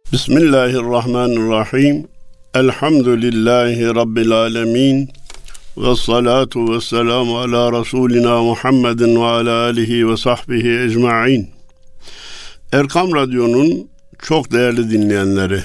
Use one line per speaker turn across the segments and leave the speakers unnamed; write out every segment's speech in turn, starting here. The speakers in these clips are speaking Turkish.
Bismillahirrahmanirrahim. Elhamdülillahi Rabbil alemin. Ve salatu ve selamu ala Resulina Muhammedin ve ala alihi ve sahbihi ecma'in. Erkam Radyo'nun çok değerli dinleyenleri,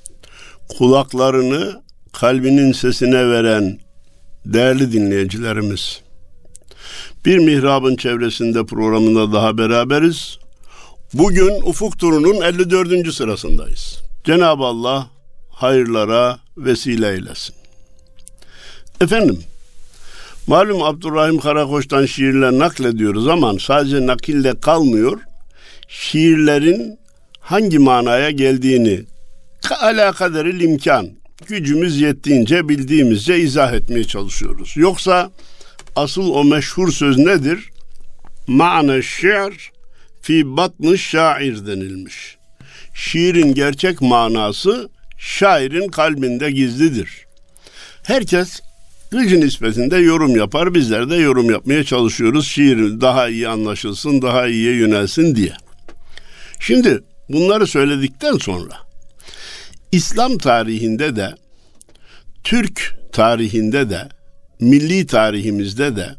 kulaklarını kalbinin sesine veren değerli dinleyicilerimiz, Bir Mihrab'ın çevresinde programında daha beraberiz. Bugün Ufuk Turu'nun 54. sırasındayız. Cenab-ı Allah hayırlara vesile eylesin. Efendim, malum Abdurrahim Karakoç'tan şiirler naklediyoruz ama sadece nakille kalmıyor. Şiirlerin hangi manaya geldiğini alakadaril imkan, gücümüz yettiğince bildiğimizce izah etmeye çalışıyoruz. Yoksa asıl o meşhur söz nedir? Ma'ne şi'r fi batnı şair denilmiş. Şiirin gerçek manası şairin kalbinde gizlidir. Herkes gücü nispetinde yorum yapar. Bizler de yorum yapmaya çalışıyoruz. Şiir daha iyi anlaşılsın, daha iyiye yönelsin diye. Şimdi bunları söyledikten sonra İslam tarihinde de, Türk tarihinde de, milli tarihimizde de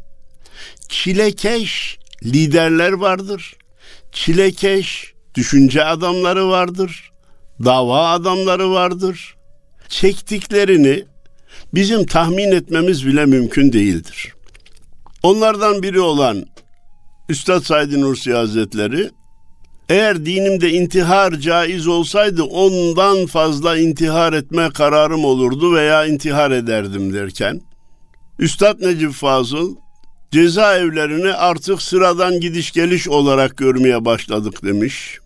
çilekeş liderler vardır. Çilekeş düşünce adamları vardır. Dava adamları vardır. Çektiklerini bizim tahmin etmemiz bile mümkün değildir. Onlardan biri olan Üstad Said Nursi Hazretleri, eğer dinimde intihar caiz olsaydı ondan fazla intihar etme kararım olurdu veya intihar ederdim derken, Üstad Necip Fazıl, cezaevlerini artık sıradan gidiş geliş olarak görmeye başladık demiş.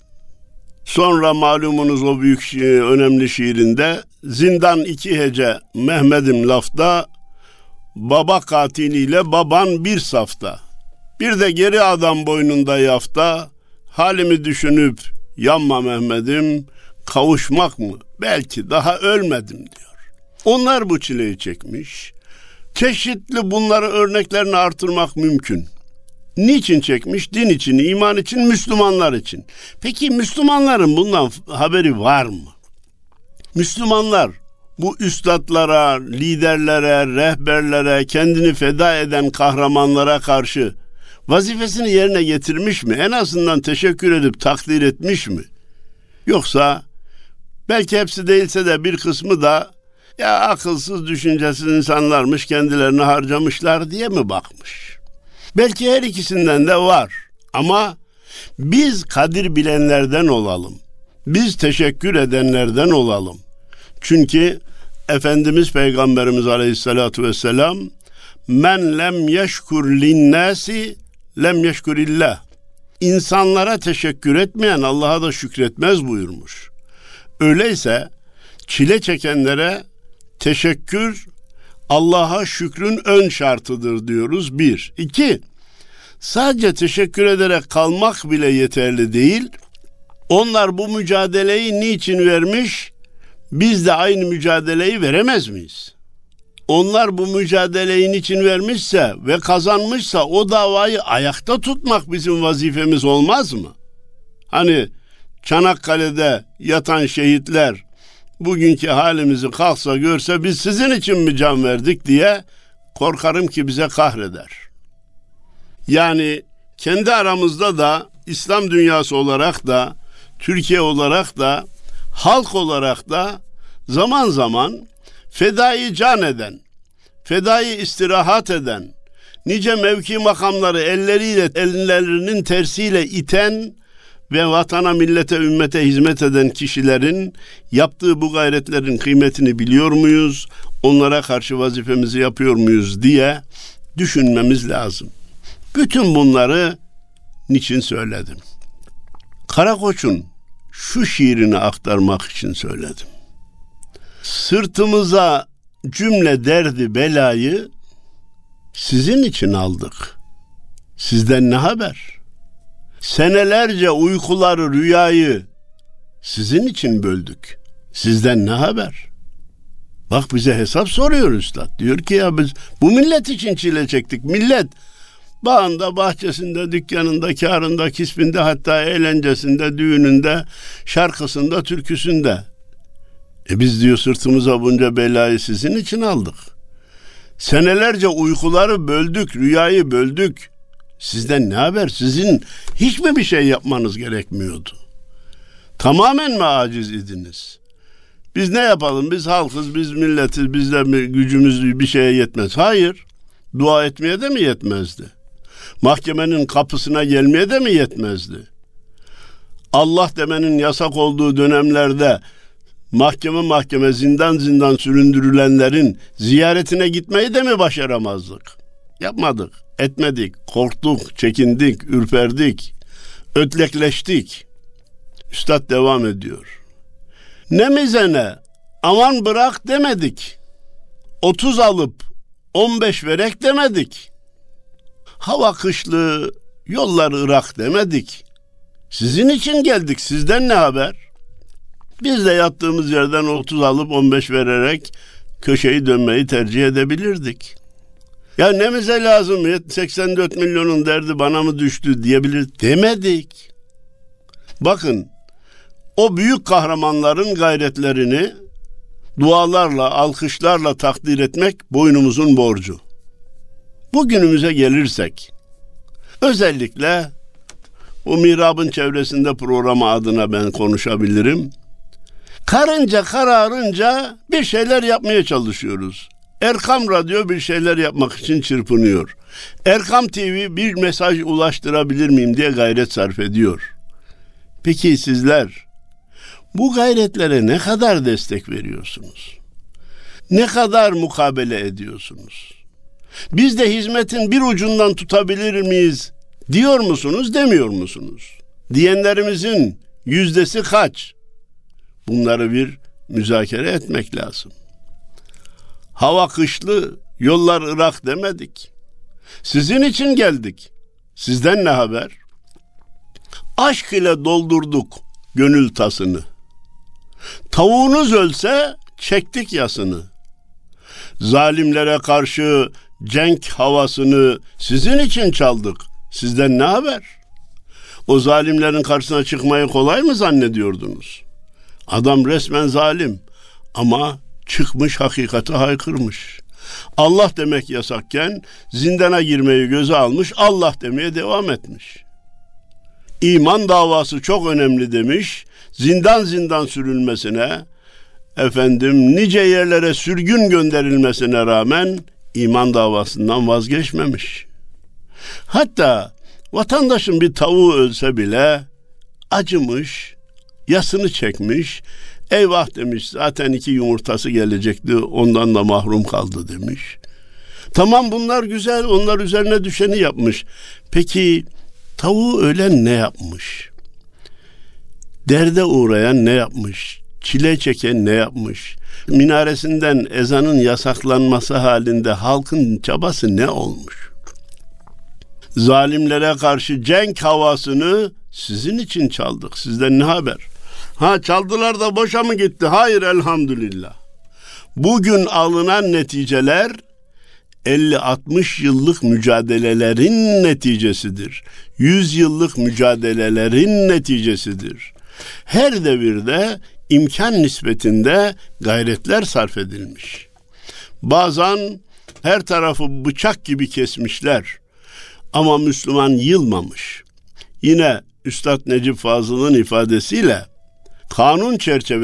Sonra malumunuz o büyük önemli şiirinde, zindan iki hece Mehmet'im lafta, baba katiliyle baban bir safta, bir de geri adam boynunda yafta, halimi düşünüp yanma Mehmet'im, kavuşmak mı? Belki daha ölmedim diyor. Onlar bu çileyi çekmiş. Çeşitli bunları örneklerini artırmak mümkün. Niçin çekmiş? Din için, iman için, Müslümanlar için. Peki Müslümanların bundan haberi var mı? Müslümanlar bu üstadlara, liderlere, rehberlere, kendini feda eden kahramanlara karşı vazifesini yerine getirmiş mi? En azından teşekkür edip takdir etmiş mi? Yoksa belki hepsi değilse de bir kısmı da ya akılsız, düşüncesiz insanlarmış, kendilerini harcamışlar diye mi bakmış? Belki her ikisinden de var. Ama biz kadir bilenlerden olalım. Biz teşekkür edenlerden olalım. Çünkü Efendimiz Peygamberimiz Aleyhisselatü Vesselam, men lem yeşkur linnâsi lem yeşkurillah. İnsanlara teşekkür etmeyen Allah'a da şükretmez buyurmuş. Öyleyse çile çekenlere teşekkür Allah'a şükrün ön şartıdır diyoruz. 1. 2. Sadece teşekkür ederek kalmak bile yeterli değil. Onlar bu mücadeleyi niçin vermiş? Biz de aynı mücadeleyi veremez miyiz? Onlar bu mücadeleyi niçin vermişse ve kazanmışsa o davayı ayakta tutmak bizim vazifemiz olmaz mı? Hani Çanakkale'de yatan şehitler bugünkü halimizi kalksa görse biz sizin için mi can verdik diye korkarım ki bize kahreder. Yani kendi aramızda da İslam dünyası olarak da Türkiye olarak da halk olarak da zaman zaman fedai can eden, fedai istirahat eden, nice mevki makamları ellerinin tersiyle iten ve vatana, millete, ümmete hizmet eden kişilerin yaptığı bu gayretlerin kıymetini biliyor muyuz? Onlara karşı vazifemizi yapıyor muyuz diye düşünmemiz lazım. Bütün bunları niçin söyledim? Karakoç'un şu şiirini aktarmak için söyledim. Sırtımıza cümle derdi belayı sizin için aldık. Sizden ne haber? Senelerce uykuları, rüyayı sizin için böldük. Sizden ne haber? Bak bize hesap soruyor üstad. Diyor ki ya biz bu millet için çile çektik. Millet bağında, bahçesinde, dükkanında, kârında, kisbinde, hatta eğlencesinde, düğününde, şarkısında, türküsünde Biz diyor sırtımıza bunca belayı sizin için aldık. Senelerce uykuları böldük, rüyayı böldük. Sizden ne haber? Sizin hiç mi bir şey yapmanız gerekmiyordu? Tamamen mi aciz idiniz? Biz ne yapalım? Biz halkız, biz milletiz, bizde gücümüz bir şeye yetmez. Hayır. Dua etmeye de mi yetmezdi? Mahkemenin kapısına gelmeye de mi yetmezdi? Allah demenin yasak olduğu dönemlerde mahkeme zindan süründürülenlerin ziyaretine gitmeyi de mi başaramazdık? Yapmadık, etmedik, korktuk, çekindik, ürperdik, ötlekleştik. Üstad devam ediyor. Nemizene aman bırak demedik. 30 alıp 15 verek demedik. Hava kışlı, yollar ırak demedik. Sizin için geldik, sizden ne haber? Biz de yattığımız yerden 30 alıp 15 vererek köşeyi dönmeyi tercih edebilirdik. Ya nemize lazım, 84 milyonun derdi bana mı düştü diyebilir demedik. Bakın, o büyük kahramanların gayretlerini dualarla, alkışlarla takdir etmek boynumuzun borcu. Bugünümüze gelirsek, özellikle o Mihrab'ın çevresinde programı adına ben konuşabilirim. Karınca kararınca bir şeyler yapmaya çalışıyoruz. Erkam Radyo bir şeyler yapmak için çırpınıyor. Erkam TV bir mesaj ulaştırabilir miyim diye gayret sarf ediyor. Peki sizler bu gayretlere ne kadar destek veriyorsunuz? Ne kadar mukabele ediyorsunuz? Biz de hizmetin bir ucundan tutabilir miyiz diyor musunuz, demiyor musunuz? Diyenlerimizin yüzdesi kaç? Bunları bir müzakere etmek lazım. Hava kışlı, yollar ırak demedik. Sizin için geldik. Sizden ne haber? Aşk ile doldurduk gönül tasını. Tavuğunuz ölse çektik yasını. Zalimlere karşı cenk havasını sizin için çaldık. Sizden ne haber? O zalimlerin karşısına çıkmayı kolay mı zannediyordunuz? Adam resmen zalim ama çıkmış hakikati haykırmış. Allah demek yasakken zindana girmeyi göze almış, Allah demeye devam etmiş. İman davası çok önemli demiş, zindan sürülmesine, nice yerlere sürgün gönderilmesine rağmen iman davasından vazgeçmemiş. Hatta vatandaşın bir tavuğu ölse bile acımış, yasını çekmiş, eyvah demiş, zaten 2 yumurtası gelecekti, ondan da mahrum kaldı demiş. Tamam, bunlar güzel, onlar üzerine düşeni yapmış. Peki tavuğu ölen ne yapmış? Derde uğrayan ne yapmış? Çile çeken ne yapmış? Minaresinden ezanın yasaklanması halinde halkın çabası ne olmuş? Zalimlere karşı cenk havasını sizin için çaldık. Sizden ne haber? Çaldılar da boşa mı gitti? Hayır, elhamdülillah. Bugün alınan neticeler 50-60 yıllık mücadelelerin neticesidir. 100 yıllık mücadelelerin neticesidir. Her devirde imkan nispetinde gayretler sarf edilmiş. Bazen her tarafı bıçak gibi kesmişler ama Müslüman yılmamış. Yine Üstad Necip Fazıl'ın ifadesiyle kanun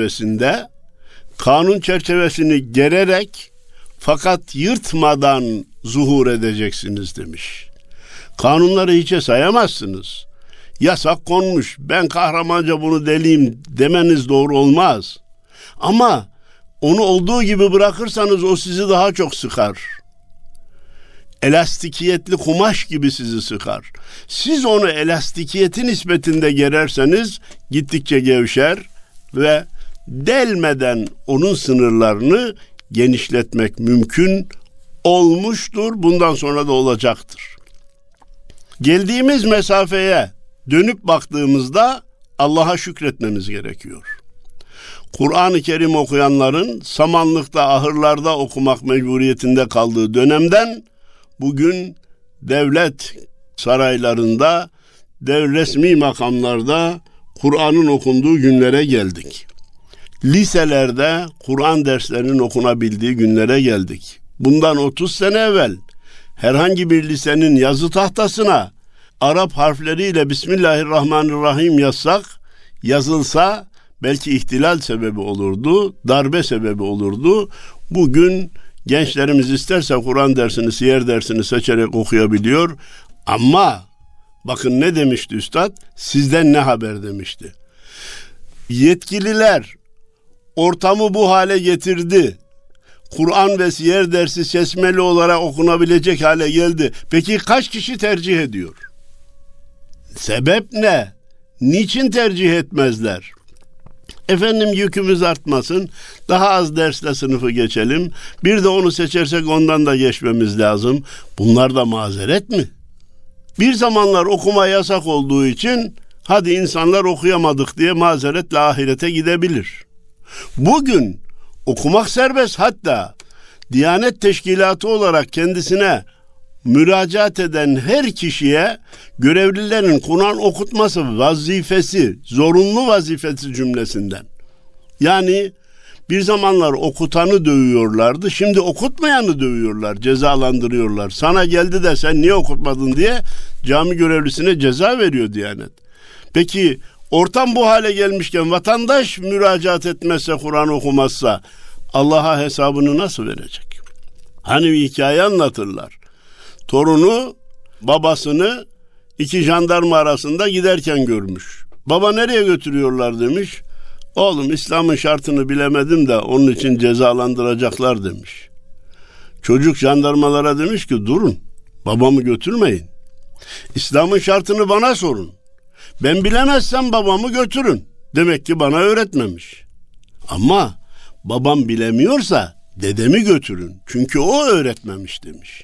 çerçevesini gererek fakat yırtmadan zuhur edeceksiniz demiş. Kanunları hiçe sayamazsınız. Yasak konmuş, ben kahramanca bunu deleyim demeniz doğru olmaz. Ama onu olduğu gibi bırakırsanız o sizi daha çok sıkar. Elastikiyetli kumaş gibi sizi sıkar. Siz onu elastikiyeti nispetinde gererseniz gittikçe gevşer ve delmeden onun sınırlarını genişletmek mümkün olmuştur. Bundan sonra da olacaktır. Geldiğimiz mesafeye dönüp baktığımızda Allah'a şükretmemiz gerekiyor. Kur'an-ı Kerim okuyanların samanlıkta, ahırlarda okumak mecburiyetinde kaldığı dönemden bugün devlet saraylarında, resmi makamlarda Kur'an'ın okunduğu günlere geldik. liselerde Kur'an derslerinin okunabildiği günlere geldik. Bundan 30 sene evvel herhangi bir lisenin yazı tahtasına Arap harfleriyle Bismillahirrahmanirrahim yazılsa belki ihtilal sebebi olurdu, darbe sebebi olurdu. Bugün gençlerimiz isterse Kur'an dersini, siyer dersini seçerek okuyabiliyor. Ama bakın ne demişti üstad? Sizden ne haber demişti. Yetkililer ortamı bu hale getirdi. Kur'an ve siyer dersi seçmeli olarak okunabilecek hale geldi. Peki kaç kişi tercih ediyor? Sebep ne? Niçin tercih etmezler? Efendim yükümüz artmasın, daha az dersle sınıfı geçelim, bir de onu seçersek ondan da geçmemiz lazım. Bunlar da mazeret mi? Bir zamanlar okuma yasak olduğu için hadi insanlar okuyamadık diye mazeretle ahirete gidebilir. Bugün okumak serbest, hatta Diyanet Teşkilatı olarak kendisine müracaat eden her kişiye görevlilerin Kur'an okutması vazifesi, zorunlu vazifesi cümlesinden. Yani bir zamanlar okutanı dövüyorlardı, şimdi okutmayanı dövüyorlar, cezalandırıyorlar. Sana geldi de sen niye okutmadın diye cami görevlisine ceza veriyor Diyanet. Peki ortam bu hale gelmişken vatandaş müracaat etmezse, Kur'an okumazsa Allah'a hesabını nasıl verecek? Hani bir hikaye anlatırlar. Torunu babasını iki jandarma arasında giderken görmüş. Baba nereye götürüyorlar demiş. Oğlum İslam'ın şartını bilemedim de onun için cezalandıracaklar demiş. Çocuk jandarmalara demiş ki durun, babamı götürmeyin. İslam'ın şartını bana sorun. Ben bilemezsem babamı götürün. Demek ki bana öğretmemiş. Ama babam bilemiyorsa dedemi götürün. Çünkü o öğretmemiş demiş.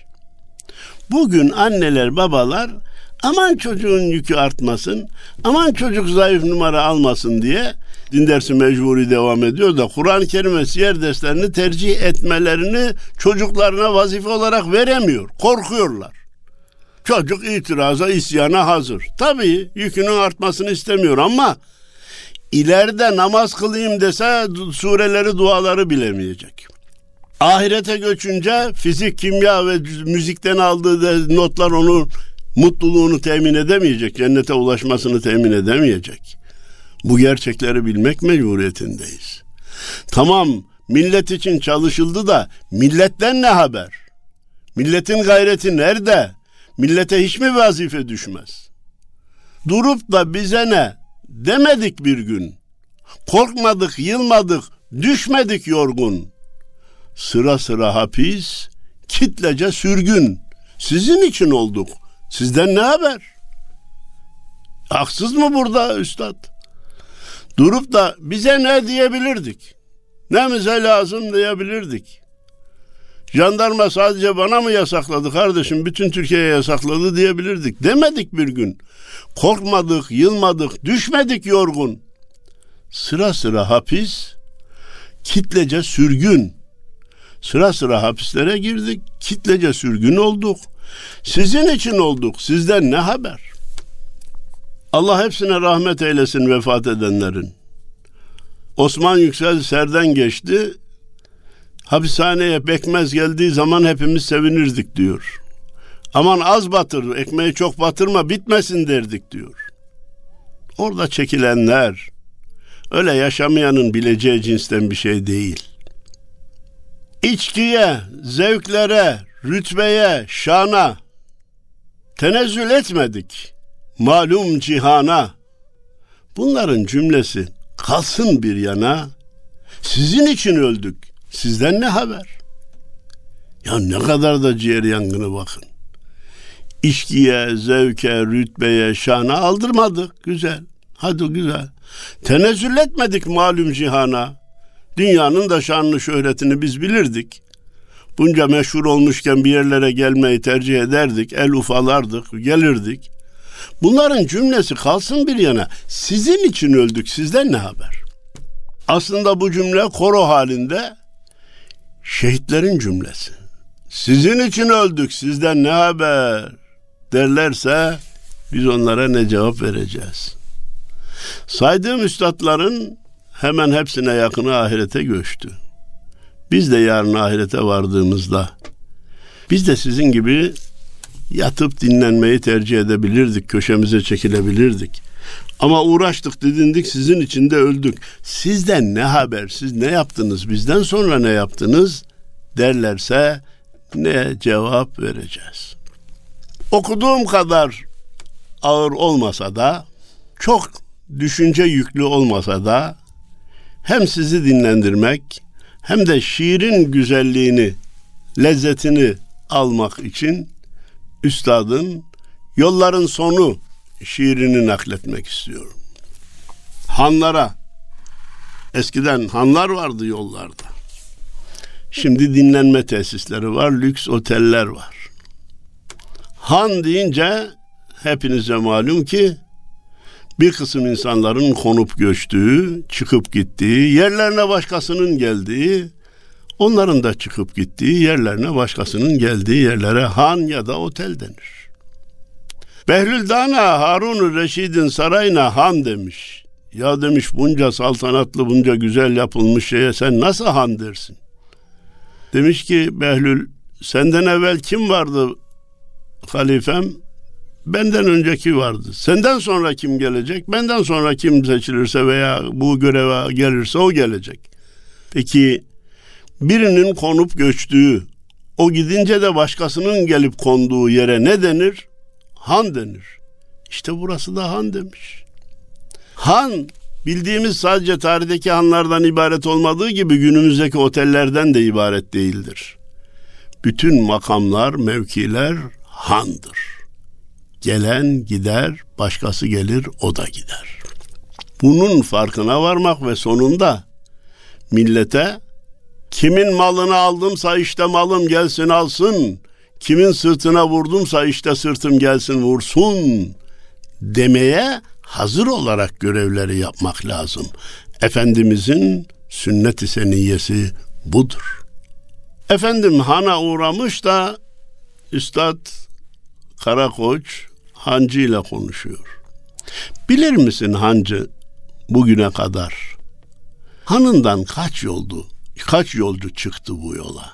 Bugün anneler, babalar aman çocuğun yükü artmasın, aman çocuk zayıf numara almasın diye din dersi mecburi devam ediyor da Kur'an-ı Kerim ve siyer derslerini tercih etmelerini çocuklarına vazife olarak veremiyor. Korkuyorlar. Çocuk itiraza, isyana hazır. Tabii yükünün artmasını istemiyor ama ileride namaz kılayım dese sureleri, duaları bilemeyecek. Ahirete göçünce fizik, kimya ve müzikten aldığı notlar onun mutluluğunu temin edemeyecek, cennete ulaşmasını temin edemeyecek. Bu gerçekleri bilmek mecburiyetindeyiz. Tamam, millet için çalışıldı da milletten ne haber? Milletin gayreti nerede? Millete hiç mi vazife düşmez? Durup da bize ne demedik bir gün. Korkmadık, yılmadık, düşmedik yorgun. Sıra sıra hapis, kitlece sürgün. Sizin için olduk. Sizden ne haber? Haksız mı burada üstad? Durup da bize ne diyebilirdik? Nemize lazım diyebilirdik. Jandarma sadece bana mı yasakladı kardeşim, bütün Türkiye'ye yasakladı diyebilirdik. Demedik bir gün. Korkmadık, yılmadık, düşmedik yorgun. Sıra sıra hapis, kitlece sürgün. Sıra sıra hapislere girdik, kitlece sürgün olduk. Sizin için olduk, sizden ne haber? Allah hepsine rahmet eylesin vefat edenlerin. Osman Yüksel serden geçti. Hapishaneye pekmez geldiği zaman hepimiz sevinirdik diyor. Aman az batır, ekmeği çok batırma, bitmesin derdik diyor. Orada çekilenler öyle yaşamayanın bileceği cinsten bir şey değil. İçkiye, zevklere, rütbeye, şana tenezzül etmedik. Malum cihana. Bunların cümlesi kalsın bir yana. Sizin için öldük. Sizden ne haber? Ya ne kadar da ciğer yangını bakın. İçkiye, zevke, rütbeye, şana aldırmadık. Güzel. Hadi güzel. Tenezzül etmedik malum cihana. Dünyanın da şanlı şöhretini biz bilirdik. Bunca meşhur olmuşken bir yerlere gelmeyi tercih ederdik. El ufalardık, gelirdik. Bunların cümlesi kalsın bir yana. Sizin için öldük, sizden ne haber? Aslında bu cümle koro halinde şehitlerin cümlesi. Sizin için öldük, sizden ne haber derlerse biz onlara ne cevap vereceğiz? Saydığım üstadların hemen hepsine yakını ahirete göçtü. Biz de yarın ahirete vardığımızda biz de sizin gibi yatıp dinlenmeyi tercih edebilirdik, köşemize çekilebilirdik. Ama uğraştık, didindik, sizin için de öldük. Sizden ne haber, siz ne yaptınız, bizden sonra ne yaptınız derlerse ne cevap vereceğiz? Okuduğum kadar ağır olmasa da, çok düşünce yüklü olmasa da hem sizi dinlendirmek hem de şiirin güzelliğini, lezzetini almak için üstadın Yolların Sonu şiirini nakletmek istiyorum. Hanlara, eskiden hanlar vardı yollarda. Şimdi dinlenme tesisleri var, lüks oteller var. Han deyince hepinize malum ki bir kısım insanların konup göçtüğü, çıkıp gittiği, yerlerine başkasının geldiği, onların da çıkıp gittiği, yerlerine başkasının geldiği yerlere han ya da otel denir. Behlül Dana Harun-u Reşid'in sarayına han demiş. Ya demiş, bunca saltanatlı, bunca güzel yapılmış şeye sen nasıl han dersin? Demiş ki Behlül, senden evvel kim vardı halifem? Benden önceki vardı. Senden sonra kim gelecek? Benden sonra kim seçilirse veya bu göreve gelirse o gelecek. Peki birinin konup göçtüğü, o gidince de başkasının gelip konduğu yere ne denir? Han denir. İşte burası da han demiş. Han, bildiğimiz sadece tarihteki hanlardan ibaret olmadığı gibi günümüzdeki otellerden de ibaret değildir. Bütün makamlar, mevkiler handır. Gelen gider, başkası gelir, o da gider. Bunun farkına varmak ve sonunda millete kimin malını aldımsa işte malım gelsin alsın, kimin sırtına vurdumsa işte sırtım gelsin vursun demeye hazır olarak görevleri yapmak lazım. Efendimizin sünnet-i seniyyesi budur. Efendim hana uğramış da Üstad Karakoç hancı ile konuşuyor. Bilir misin hancı, bugüne kadar hanından kaç yolcu çıktı bu yola?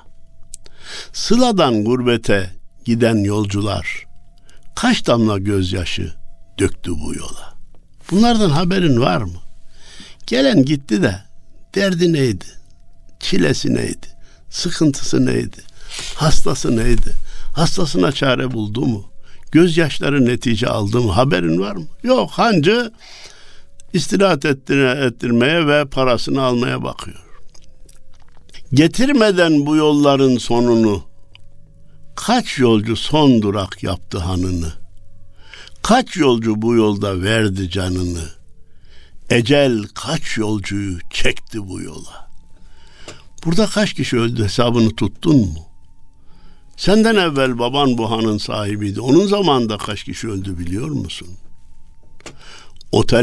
Sıladan gurbete giden yolcular kaç damla gözyaşı döktü bu yola? Bunlardan haberin var mı? Gelen gitti de derdi neydi? Çilesi neydi? Sıkıntısı neydi? Hastası neydi? Hastasına çare buldu mu? Gözyaşları netice aldı mı? Haberin var mı? Yok, hancı istirahat ettirmeye ve parasını almaya bakıyor. Getirmeden bu yolların sonunu kaç yolcu son durak yaptı hanını? Kaç yolcu bu yolda verdi canını? Ecel kaç yolcuyu çekti bu yola? Burada kaç kişi öldü, hesabını tuttun mu? Senden evvel baban bu hanın sahibiydi. Onun zamanında kaç kişi öldü biliyor musun? Otel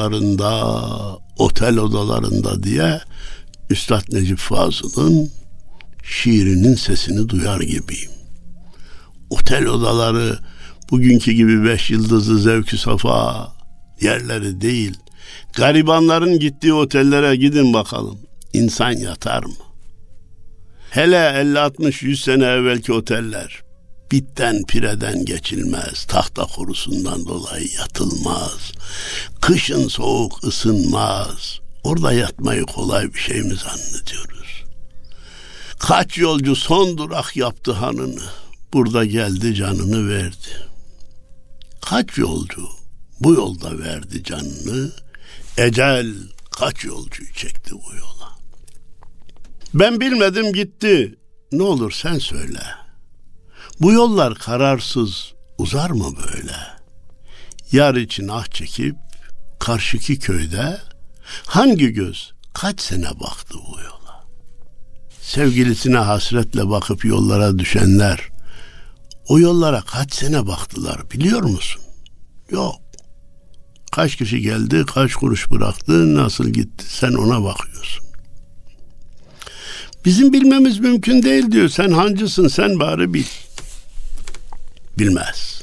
odalarında diye Üstad Necip Fazıl'ın şiirinin sesini duyar gibiyim. Otel odaları bugünkü gibi 5 yıldızlı zevk-i safa yerleri değil. Garibanların gittiği otellere gidin bakalım. İnsan yatar mı? Hele 50-60-100 sene evvelki oteller bitten pireden geçilmez, tahta kurusundan dolayı yatılmaz, kışın soğuk ısınmaz. Orada yatmayı kolay bir şey mi zannediyoruz? Kaç yolcu son durak yaptı hanını, burada geldi canını verdi. Kaç yolcu bu yolda verdi canını, ecel kaç yolcuyu çekti bu yola? Ben bilmedim gitti, ne olur sen söyle. Bu yollar kararsız uzar mı böyle? Yar için ah çekip karşıki köyde hangi göz kaç sene baktı bu yola? Sevgilisine hasretle bakıp yollara düşenler o yollara kaç sene baktılar biliyor musun? Yok. Kaç kişi geldi, kaç kuruş bıraktı, nasıl gitti sen ona bakıyorsun. Bizim bilmemiz mümkün değil diyor. Sen hancısın, sen bari bil. Bilmez.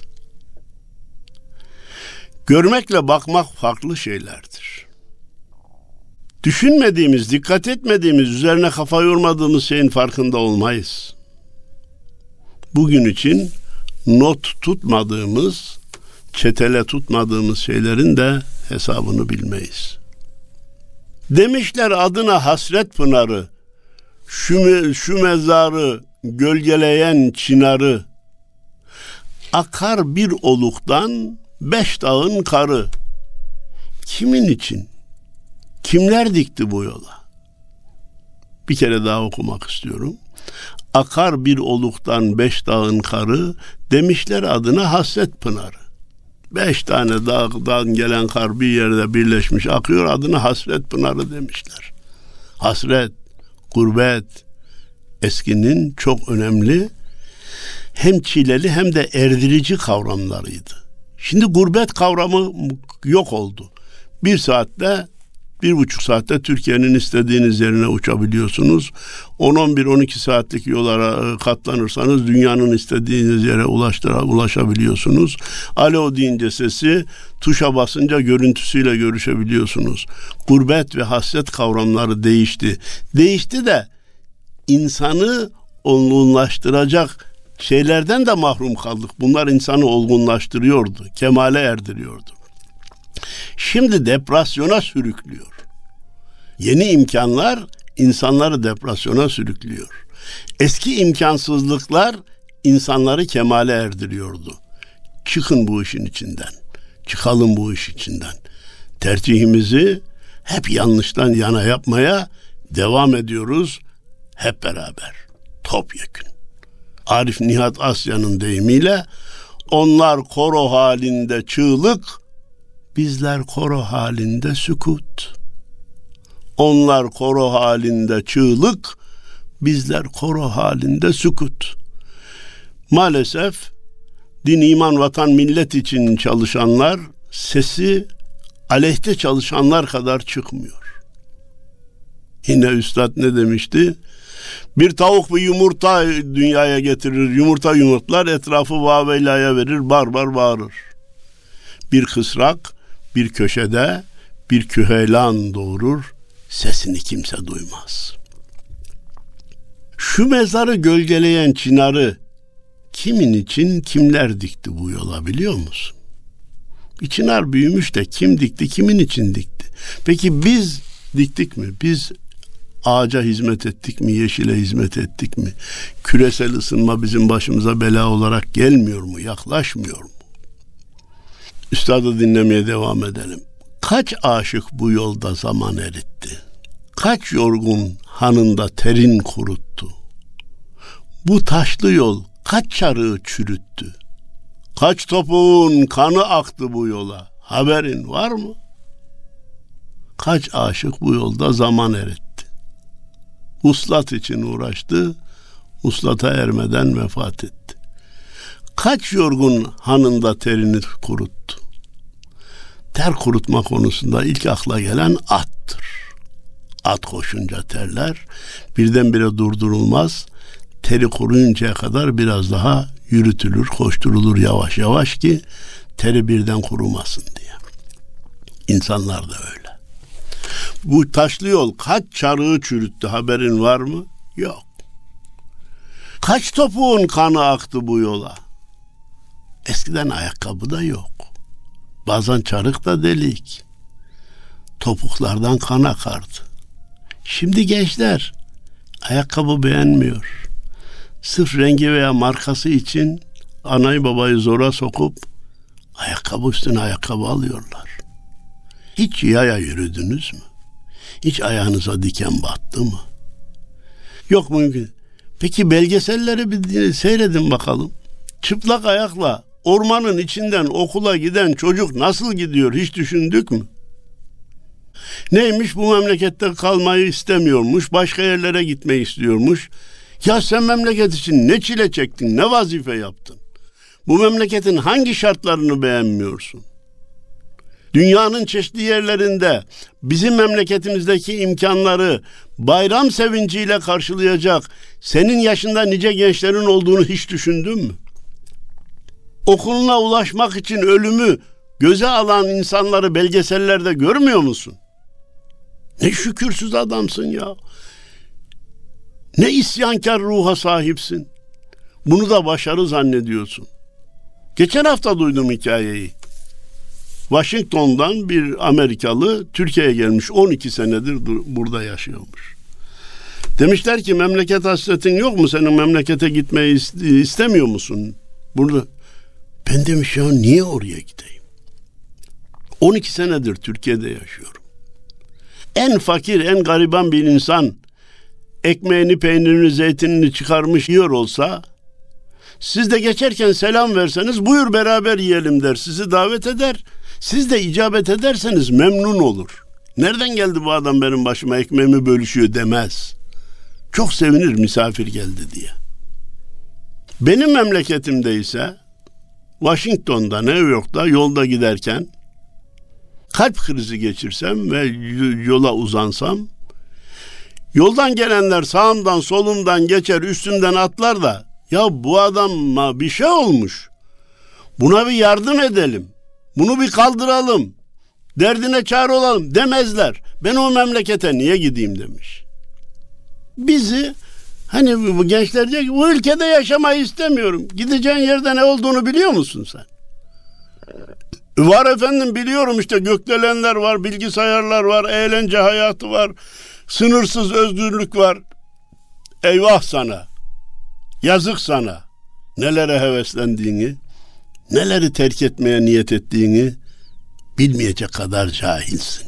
Görmekle bakmak farklı şeylerdir. Düşünmediğimiz, dikkat etmediğimiz, üzerine kafa yormadığımız şeyin farkında olmayız. Bugün için not tutmadığımız, çetele tutmadığımız şeylerin de hesabını bilmeyiz. Demişler adına hasret pınarı, şu mezarı gölgeleyen çınarı, akar bir oluktan 5 dağın karı. Kimin için? Kimler dikti bu yola? Bir kere daha okumak istiyorum. Akar bir oluktan 5 dağın karı, demişler adına hasret pınarı. 5 tane dağdan gelen kar bir yerde birleşmiş akıyor, adına hasret pınarı demişler. Hasret, gurbet, eskinin çok önemli hem çileli hem de erdirici kavramlarıydı. Şimdi gurbet kavramı yok oldu. 1,5 saatte Türkiye'nin istediğiniz yerine uçabiliyorsunuz. 10-11-12 saatlik yola katlanırsanız dünyanın istediğiniz yere ulaşabiliyorsunuz. Alo deyince sesi, tuşa basınca görüntüsüyle görüşebiliyorsunuz. Gurbet ve hasret kavramları değişti. Değişti de insanı olgunlaştıracak şeylerden de mahrum kaldık. Bunlar insanı olgunlaştırıyordu, kemale erdiriyordu. Şimdi depresyona sürüklüyor. Yeni imkanlar insanları depresyona sürüklüyor. Eski imkansızlıklar insanları kemale erdiriyordu. Çıkın bu işin içinden. Çıkalım bu iş içinden. Tercihimizi hep yanlıştan yana yapmaya devam ediyoruz. Hep beraber. Topyekün. Arif Nihat Asya'nın deyimiyle onlar koro halinde çığlık, bizler koro halinde sükut. Onlar koro halinde çığlık, bizler koro halinde sükut. Maalesef din, iman, vatan, millet için çalışanlar sesi aleyhte çalışanlar kadar çıkmıyor. Yine üstad ne demişti? Bir tavuk bir yumurta dünyaya getirir, yumurta yumurtlar, etrafı vaveylaya verir, barbar bağırır. Bir kısrak bir köşede bir küheylan doğurur, sesini kimse duymaz. Şu mezarı gölgeleyen çınarı kimin için, kimler dikti bu yola biliyor musun? Bir çınar büyümüş de kim dikti, kimin için dikti? Peki biz diktik mi? Biz ağaca hizmet ettik mi? Yeşile hizmet ettik mi? Küresel ısınma bizim başımıza bela olarak gelmiyor mu? Yaklaşmıyor mu? Üstadı dinlemeye devam edelim. Kaç aşık bu yolda zaman eritti? Kaç yorgun hanında terin kuruttu? Bu taşlı yol kaç çarığı çürüttü? Kaç topuğun kanı aktı bu yola? Haberin var mı? Kaç aşık bu yolda zaman eritti? Uslat için uğraştı, uslata ermeden vefat etti. Kaç yorgun hanında terini kuruttu? Ter kurutma konusunda ilk akla gelen attır. At koşunca terler, birdenbire durdurulmaz, teri kuruyuncaya kadar biraz daha yürütülür, koşturulur yavaş yavaş ki teri birden kurumasın diye. İnsanlar da öyle. Bu taşlı yol kaç çarığı çürüttü, haberin var mı? Yok. Kaç topuğun kanı aktı bu yola? Eskiden ayakkabı da yok. Bazen çarık da delik. Topuklardan kan akardı. Şimdi gençler ayakkabı beğenmiyor. Sırf rengi veya markası için anayı babayı zora sokup ayakkabı üstüne ayakkabı alıyorlar. Hiç yaya yürüdünüz mü? Hiç ayağınıza diken battı mı? Yok mümkün. Peki belgeselleri bir seyredin bakalım. Çıplak ayakla ormanın içinden okula giden çocuk nasıl gidiyor, hiç düşündük mü? Neymiş, bu memlekette kalmayı istemiyormuş, başka yerlere gitmeyi istiyormuş. Ya sen memleket için ne çile çektin, ne vazife yaptın? Bu memleketin hangi şartlarını beğenmiyorsun? Dünyanın çeşitli yerlerinde bizim memleketimizdeki imkanları bayram sevinciyle karşılayacak senin yaşında nice gençlerin olduğunu hiç düşündün mü? Okuluna ulaşmak için ölümü göze alan insanları belgesellerde görmüyor musun? Ne şükürsüz adamsın ya. Ne isyankar ruha sahipsin. Bunu da başarı zannediyorsun. Geçen hafta duydum hikayeyi. Washington'dan bir Amerikalı Türkiye'ye gelmiş. 12 senedir burada yaşıyormuş. Demişler ki memleket hasretin yok mu? Senin memlekete gitmeyi istemiyor musun? Burada. Ben demiş ya niye oraya gideyim? 12 senedir Türkiye'de yaşıyorum. En fakir, en gariban bir insan ekmeğini, peynirini, zeytinini çıkarmış yiyor olsa, siz de geçerken selam verseniz buyur beraber yiyelim der. Sizi davet eder. Siz de icabet ederseniz memnun olur. Nereden geldi bu adam benim başıma ekmeğimi bölüşüyor demez. Çok sevinir misafir geldi diye. Benim memleketimde ise Washington'da, New York'ta yolda giderken kalp krizi geçirsem ve yola uzansam, yoldan gelenler sağımdan solumdan geçer, üstümden atlar da ya bu adama bir şey olmuş, buna bir yardım edelim, bunu bir kaldıralım, derdine çare olalım demezler. Ben o memlekete niye gideyim demiş. Bizi hani bu gençler diyor ki bu ülkede yaşamayı istemiyorum. Gideceğin yerde ne olduğunu biliyor musun sen? Var efendim biliyorum, işte gökdelenler var, bilgisayarlar var, eğlence hayatı var, sınırsız özgürlük var. Eyvah sana, yazık sana. Nelere heveslendiğini, neleri terk etmeye niyet ettiğini bilmeyecek kadar cahilsin.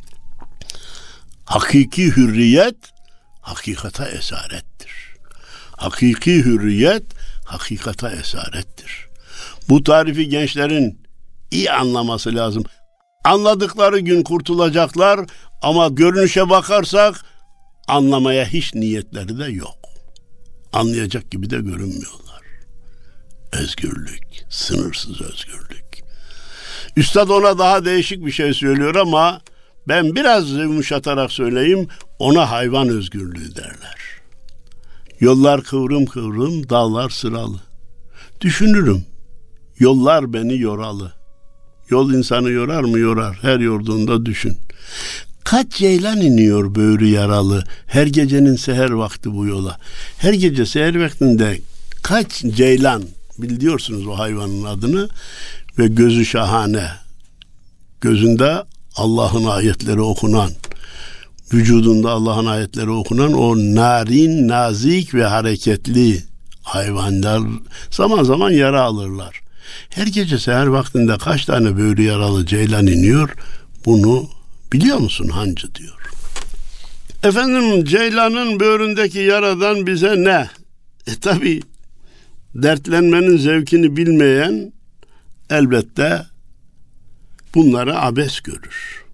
Hakiki hürriyet hakikata esarettir. Hakiki hürriyet hakikata esarettir. Bu tarifi gençlerin iyi anlaması lazım. Anladıkları gün kurtulacaklar ama görünüşe bakarsak anlamaya hiç niyetleri de yok. Anlayacak gibi de görünmüyorlar. Özgürlük, sınırsız özgürlük. Üstad ona daha değişik bir şey söylüyor ama ben biraz yumuşatarak söyleyeyim, ona hayvan özgürlüğü derler. Yollar kıvrım kıvrım, dağlar sıralı. Düşünürüm, yollar beni yoralı. Yol insanı yorar mı? Yorar. Her yorduğunda düşün. Kaç ceylan iniyor böğrü yaralı, her gecenin seher vakti bu yola. Her gece seher vaktinde kaç ceylan, biliyorsunuz o hayvanın adını, ve gözü şahane, gözünde Allah'ın ayetleri okunan, vücudunda Allah'ın ayetleri okunan o narin, nazik ve hareketli hayvanlar zaman zaman yara alırlar. Her gece seher vaktinde kaç tane böğrü yaralı ceylan iniyor, bunu biliyor musun hancı diyor. Efendim ceylanın böğründeki yaradan bize ne? Tabii dertlenmenin zevkini bilmeyen elbette bunları abes görür.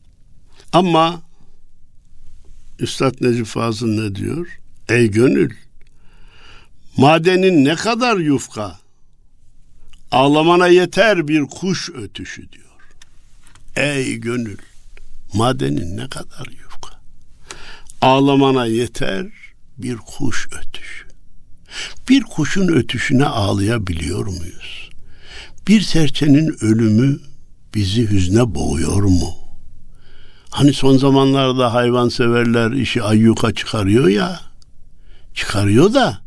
Ama Üstad Necip Fazıl ne diyor? Ey gönül, madenin ne kadar yufka, ağlamana yeter bir kuş ötüşü diyor. Ey gönül, madenin ne kadar yufka, ağlamana yeter bir kuş ötüşü. Bir kuşun ötüşüne ağlayabiliyor muyuz? Bir serçenin ölümü bizi hüzne boğuyor mu? Hani son zamanlarda hayvanseverler işi ayyuka çıkarıyor ya, çıkarıyor da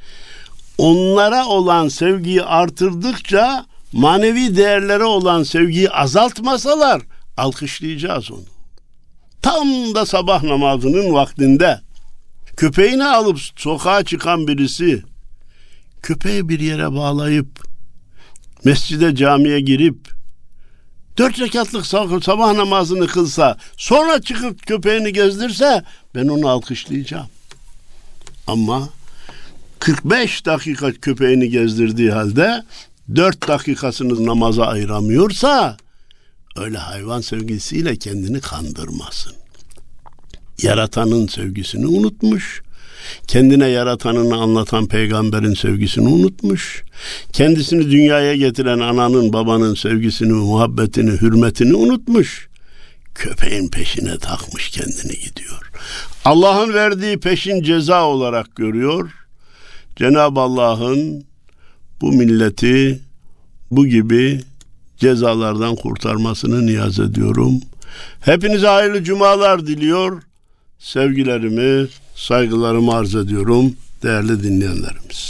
onlara olan sevgiyi artırdıkça manevi değerlere olan sevgiyi azaltmasalar alkışlayacağız onu. Tam da sabah namazının vaktinde köpeğini alıp sokağa çıkan birisi köpeği bir yere bağlayıp mescide, camiye girip 4 rekatlık sabah namazını kılsa, sonra çıkıp köpeğini gezdirse ben onu alkışlayacağım. Ama 45 dakika köpeğini gezdirdiği halde 4 dakikasını namaza ayıramıyorsa öyle hayvan sevgisiyle kendini kandırmasın. Yaratanın sevgisini unutmuş, kendine yaratanını anlatan peygamberin sevgisini unutmuş, kendisini dünyaya getiren ananın, babanın sevgisini, muhabbetini, hürmetini unutmuş. Köpeğin peşine takmış kendini gidiyor. Allah'ın verdiği peşin ceza olarak görüyor. Cenab-ı Allah'ın bu milleti bu gibi cezalardan kurtarmasını niyaz ediyorum. Hepinize hayırlı cumalar diliyor. Sevgilerimi, saygılarımı arz ediyorum değerli dinleyenlerimiz.